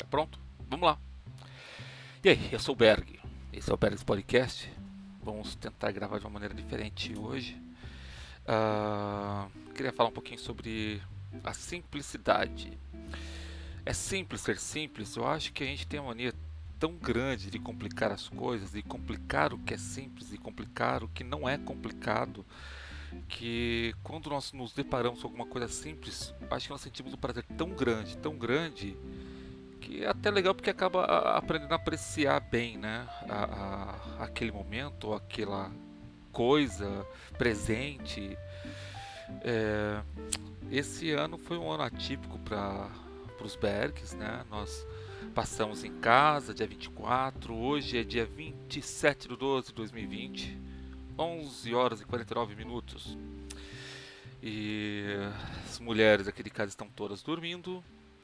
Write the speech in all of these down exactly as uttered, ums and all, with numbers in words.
Pronto? Vamos lá. E aí, eu sou o Berg. Esse é o Berg's Podcast. Vamos tentar gravar de uma maneira diferente hoje. Ah, queria falar um pouquinho sobre a simplicidade. É simples ser simples? Eu acho que a gente tem uma mania tão grande de complicar as coisas, de complicar o que é simples, de complicar o que não é complicado, que quando nós nos deparamos com alguma coisa simples, acho que nós sentimos um prazer tão grande, tão grande, que é até legal porque acaba a- aprendendo a apreciar bem, né, a, a- aquele momento, ou aquela coisa presente. É, esse ano foi um ano atípico para os Bergs, né? Nós passamos em casa dia vinte e quatro, hoje é dia vinte e sete de doze de dois mil e vinte, onze horas e quarenta e nove minutos. E as mulheres aqui de casa estão todas dormindo.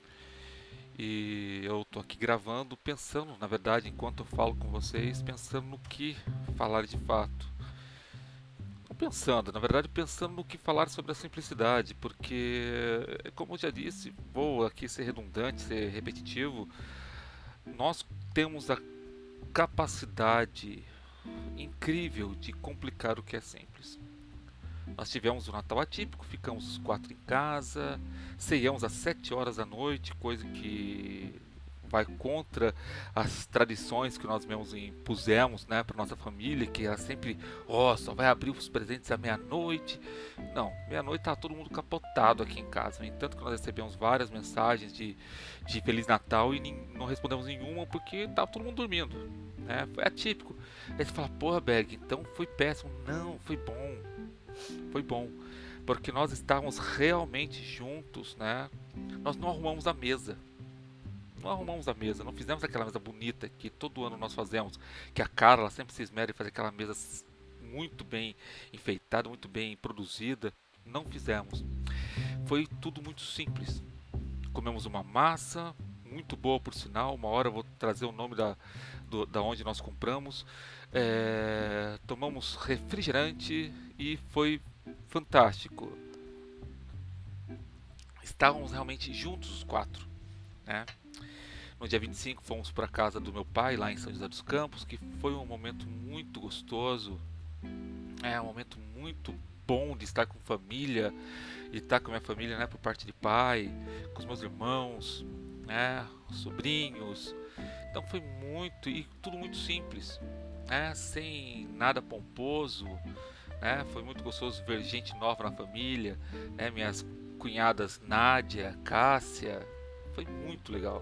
E eu tô aqui gravando, pensando, na verdade, enquanto eu falo com vocês, pensando no que falar de fato. Não pensando, na verdade, pensando no que falar sobre a simplicidade, porque, como eu já disse, vou aqui ser redundante, ser repetitivo, nós temos a capacidade incrível de complicar o que é simples. Nós tivemos um Natal atípico, ficamos os quatro em casa, ceiamos às sete horas da noite, coisa que vai contra as tradições que nós mesmos impusemos, né, para nossa família, que era sempre, ó, oh, só vai abrir os presentes à meia-noite. Não, meia-noite tá todo mundo capotado aqui em casa. No entanto, que nós recebemos várias mensagens de, de Feliz Natal e não respondemos nenhuma porque tava todo mundo dormindo, né? Foi atípico. Aí você fala, porra, Berg, então foi péssimo. Não, foi bom. Foi bom, porque nós estávamos realmente juntos, né? Nós não arrumamos a mesa. Não arrumamos a mesa, não fizemos aquela mesa bonita que todo ano nós fazemos, que a Carla sempre se esmera em fazer aquela mesa muito bem enfeitada, muito bem produzida. Não fizemos. Foi tudo muito simples. Comemos uma massa, muito boa por sinal. Uma hora eu vou trazer o nome da, do, da onde nós compramos. É, tomamos refrigerante e foi fantástico. Estávamos realmente juntos os quatro, né? No dia vinte e cinco fomos para a casa do meu pai lá em São José dos Campos, que foi um momento muito gostoso, é um momento muito bom de estar com família, de estar com minha família, né, por parte de pai, com os meus irmãos, né, sobrinhos. Então foi muito e tudo muito simples, né, sem nada pomposo, né? Foi muito gostoso ver gente nova na família, né? Minhas cunhadas Nádia, Cássia, foi muito legal.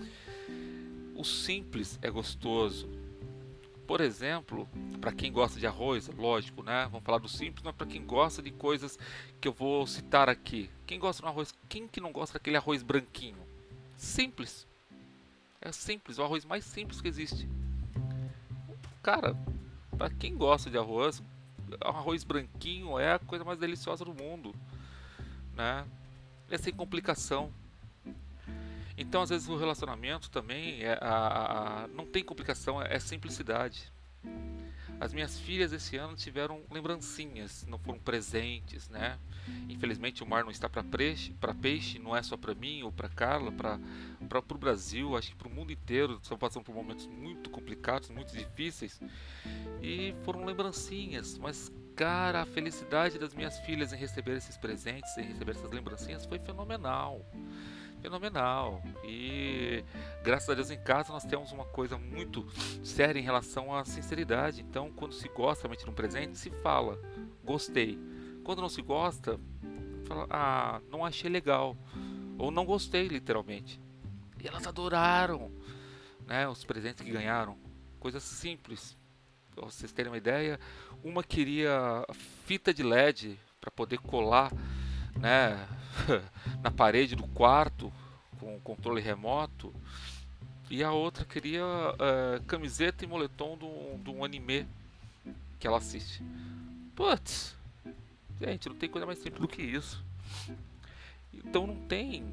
O simples é gostoso. Por exemplo, para quem gosta de arroz, lógico, né? Vamos falar do simples, mas para quem gosta de coisas que eu vou citar aqui. Quem gosta de um arroz, quem que não gosta daquele arroz branquinho? Simples. É simples, o arroz mais simples que existe. Cara, para quem gosta de arroz, arroz branquinho é a coisa mais deliciosa do mundo, né? É sem complicação. Então, às vezes, o relacionamento também é a, a- não tem complicação, é simplicidade. As minhas filhas esse ano tiveram lembrancinhas, não foram presentes, né? Infelizmente o mar não está para peixe, para peixe, não é só para mim ou para Carla, para para o Brasil, acho que para o mundo inteiro. Estão passando por momentos muito complicados, muito difíceis e foram lembrancinhas. Mas cara, a felicidade das minhas filhas em receber esses presentes, em receber essas lembrancinhas foi fenomenal. Fenomenal. E graças a Deus em casa nós temos uma coisa muito séria em relação à sinceridade. Então, quando se gosta realmente de um presente, se fala, gostei. Quando não se gosta, fala, ah, não achei legal. Ou não gostei, literalmente. E elas adoraram, né, os presentes que ganharam. Coisas simples. Pra vocês terem uma ideia, uma queria fita de L E D para poder colar, né, na parede do quarto com controle remoto, e a outra queria eh, camiseta e moletom de um, de um anime que ela assiste. Putz, gente, não tem coisa mais simples do que isso. Então não tem,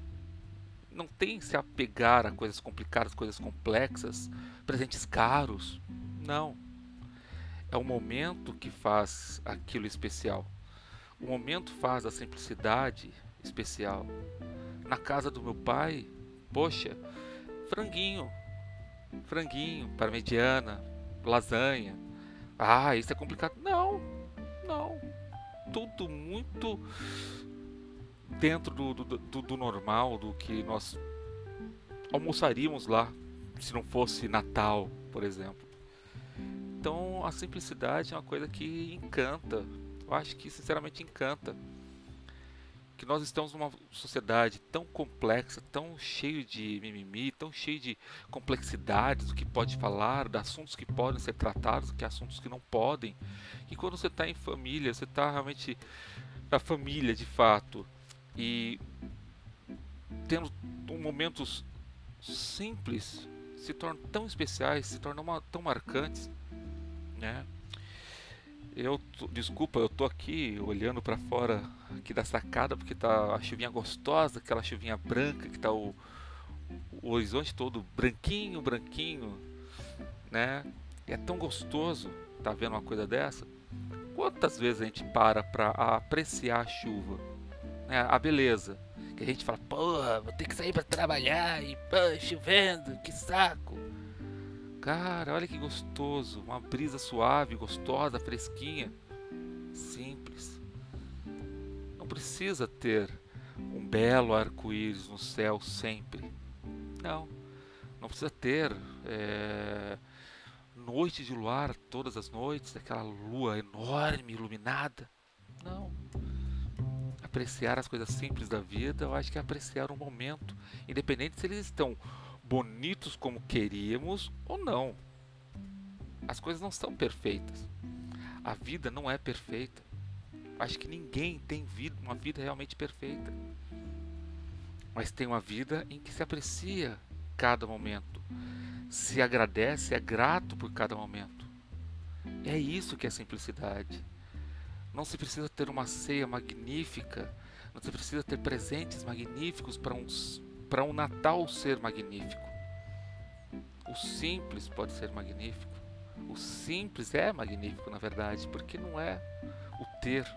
não tem se apegar a coisas complicadas, coisas complexas, presentes caros. Não, é o momento que faz aquilo especial. O momento faz a simplicidade especial. Na casa do meu pai, poxa, Franguinho, franguinho, parmegiana, lasanha. Ah, isso é complicado. Não, não. Tudo muito dentro do, do, do, do normal, do que nós almoçaríamos lá, se não fosse Natal, por exemplo. Então a simplicidade é uma coisa que encanta. Eu acho que sinceramente encanta. Que nós estamos numa sociedade tão complexa, tão cheio de mimimi, tão cheio de complexidades do que pode falar, de assuntos que podem ser tratados, que assuntos que não podem. E quando você está em família, você está realmente na família de fato e tendo momentos simples, se tornam tão especiais, se tornam uma, tão marcantes, né? Eu, tô, desculpa, eu tô aqui olhando para fora aqui da sacada porque tá a chuvinha gostosa, aquela chuvinha branca que tá o, o horizonte todo branquinho, branquinho, né? E é tão gostoso tá vendo uma coisa dessa. Quantas vezes a gente para para apreciar a chuva, né? A beleza, que a gente fala, porra, vou ter que sair para trabalhar e pô, chovendo, que saco. Cara, olha que gostoso, uma brisa suave, gostosa, fresquinha, simples. Não precisa ter um belo arco-íris no céu sempre. Não, não precisa ter é, noite de luar todas as noites, aquela lua enorme, iluminada. Não. Apreciar as coisas simples da vida, eu acho que é apreciar o momento, independente se eles estão bonitos como queríamos ou não. As coisas não são perfeitas. A vida não é perfeita. Acho que ninguém tem vida, uma vida realmente perfeita. Mas tem uma vida em que se aprecia cada momento. Se agradece, é grato por cada momento. É isso que é simplicidade. Não se precisa ter uma ceia magnífica. Não se precisa ter presentes magníficos para um, para um Natal ser magnífico. O simples pode ser magnífico. O simples é magnífico, na verdade, porque não é o ter.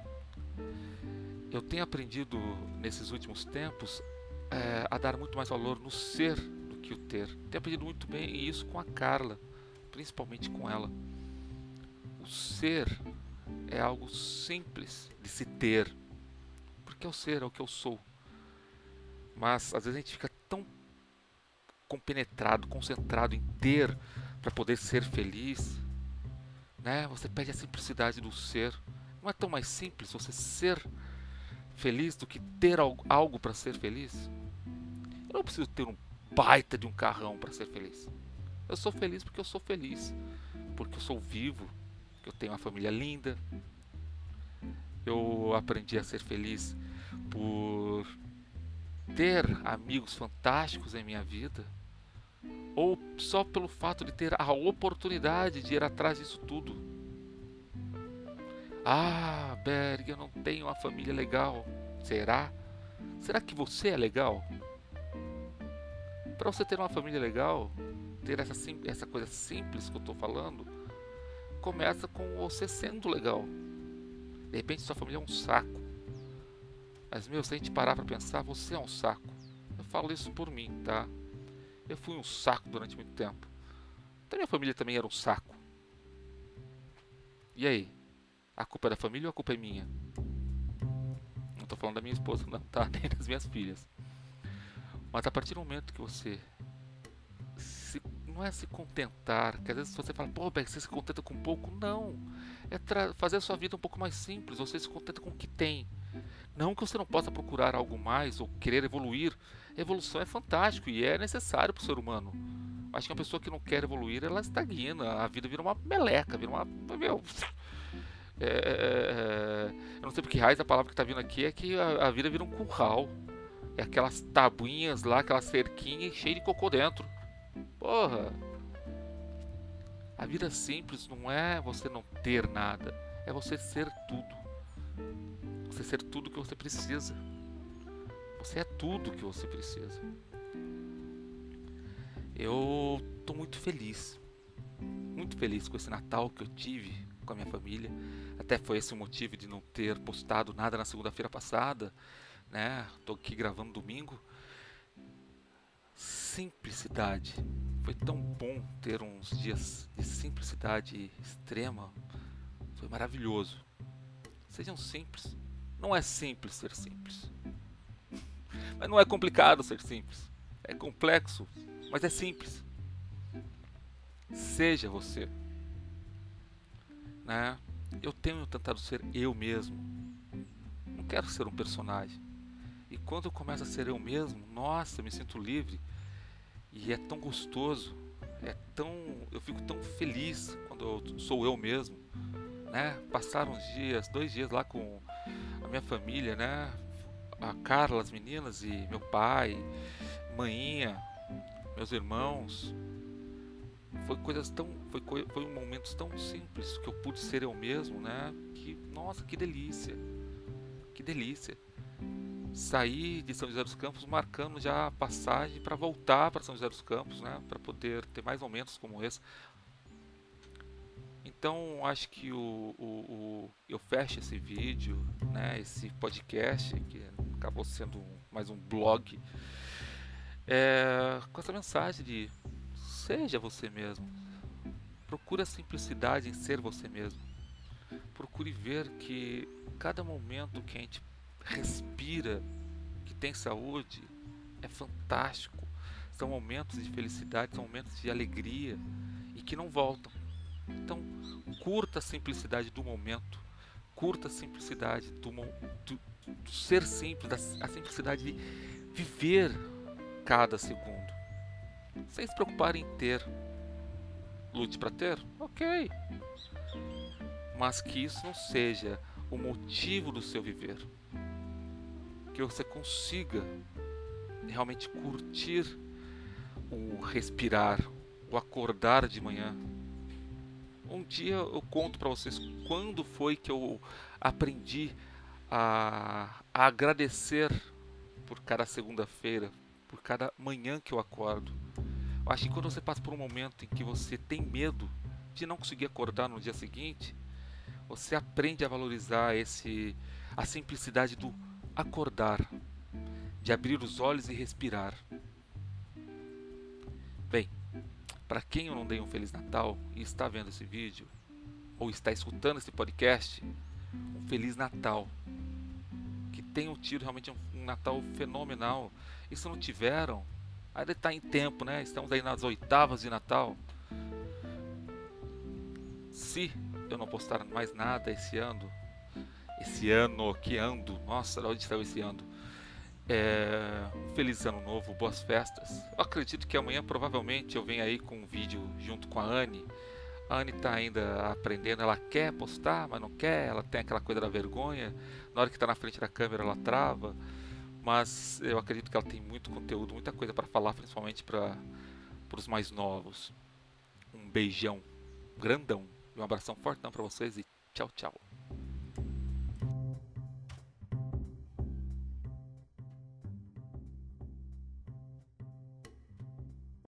Eu tenho aprendido nesses últimos tempos é, a dar muito mais valor no ser do que o ter. Tenho aprendido muito bem isso com a Carla, principalmente com ela. O ser é algo simples de se ter, porque é o ser, é o que eu sou. Mas às vezes a gente fica tão compenetrado, concentrado em ter para poder ser feliz, né? Você perde a simplicidade do ser. Não é tão mais simples você ser feliz do que ter algo, algo para ser feliz? Eu não preciso ter um baita de um carrão para ser feliz. Eu sou feliz porque eu sou feliz, porque eu sou vivo, porque eu tenho uma família linda. Eu aprendi a ser feliz por ter amigos fantásticos em minha vida, ou só pelo fato de ter a oportunidade de ir atrás disso tudo. Ah, Berg, eu não tenho uma família legal. Será? Será que você é legal? Para você ter uma família legal, ter essa, sim, essa coisa simples que eu estou falando, começa com você sendo legal. De repente sua família é um saco. Mas meu, se a gente parar para pensar, você é um saco. Eu falo isso por mim, tá? Eu fui um saco durante muito tempo. Então minha família também era um saco. E aí? A culpa é da família ou a culpa é minha? Não estou falando da minha esposa, não, tá? Nem das minhas filhas. Mas a partir do momento que você se, não é se contentar, que às vezes você fala, pô, Beck, você se contenta com pouco? Não. É fazer a sua vida um pouco mais simples. Você se contenta com o que tem. Não que você não possa procurar algo mais ou querer evoluir. Evolução é fantástico e é necessário para o ser humano. Acho que uma pessoa que não quer evoluir, ela estagna. A vida vira uma meleca, vira uma... Meu, é, é, eu não sei porque raiz a palavra que está vindo aqui é que a, a vida vira um curral. É aquelas tabuinhas lá, aquela cerquinha cheia de cocô dentro. Porra! A vida simples não é você não ter nada. É você ser tudo. Você ser tudo que você precisa. Você é tudo que você precisa. Eu tô muito feliz. Muito feliz com esse Natal que eu tive com a minha família. Até foi esse o motivo de não ter postado nada na segunda-feira passada, né? Tô aqui gravando domingo. simplicidade. Foi tão bom ter uns dias de simplicidade extrema. Foi maravilhoso. Sejam simples. Não é simples ser simples. Mas não é complicado ser simples. É complexo, mas é simples. Seja você. Né? Eu tenho tentado ser eu mesmo. Não quero ser um personagem. E quando eu começo a ser eu mesmo, nossa, eu me sinto livre. E é tão gostoso. É tão, eu fico tão feliz quando eu sou eu mesmo. Né? Passar uns dias, dois dias lá com a minha família, né? A Carla, as meninas e meu pai, manhinha, meus irmãos. Foi coisas tão, foi, coi- foi um momentos tão simples que eu pude ser eu mesmo, né? Que, nossa, que delícia, que delícia. Saí de São José dos Campos marcando já a passagem para voltar para São José dos Campos, né? Para poder ter mais momentos como esse. Então acho que o, o, o- eu fecho esse vídeo, né? Esse podcast que acabou sendo um- mais um blog, é, com essa mensagem de seja você mesmo. Procure a simplicidade em ser você mesmo. Procure ver que cada momento que a gente respira, que tem saúde, é fantástico. São momentos de felicidade, são momentos de alegria e que não voltam. Então, curta a simplicidade do momento, curta a simplicidade do, do, do ser simples, a simplicidade de viver cada segundo, sem se preocupar em ter. Lute para ter? Ok. Mas que isso não seja o motivo do seu viver. Que você consiga realmente curtir o respirar, o acordar de manhã. Um dia eu conto para vocês quando foi que eu aprendi a, a agradecer por cada segunda-feira, por cada manhã que eu acordo. Eu acho que quando você passa por um momento em que você tem medo de não conseguir acordar no dia seguinte, você aprende a valorizar esse, a simplicidade do acordar, de abrir os olhos e respirar. Bem, para quem eu não dei um Feliz Natal e está vendo esse vídeo, ou está escutando esse podcast, um Feliz Natal. Que tenham tido realmente um, um Natal fenomenal. E se não tiveram, ainda está em tempo, né? Estamos aí nas oitavas de Natal. Se eu não postar mais nada esse ano, esse ano que ando, nossa, onde saiu esse ano? É, um feliz ano novo, boas festas. Eu acredito que amanhã provavelmente eu venho aí com um vídeo junto com a Anne. A Anne está ainda aprendendo, ela quer postar, mas não quer, ela tem aquela coisa da vergonha. Na hora que está na frente da câmera ela trava, mas eu acredito que ela tem muito conteúdo, muita coisa para falar, principalmente para os mais novos. Um beijão grandão e um abração fortão para vocês e tchau, tchau.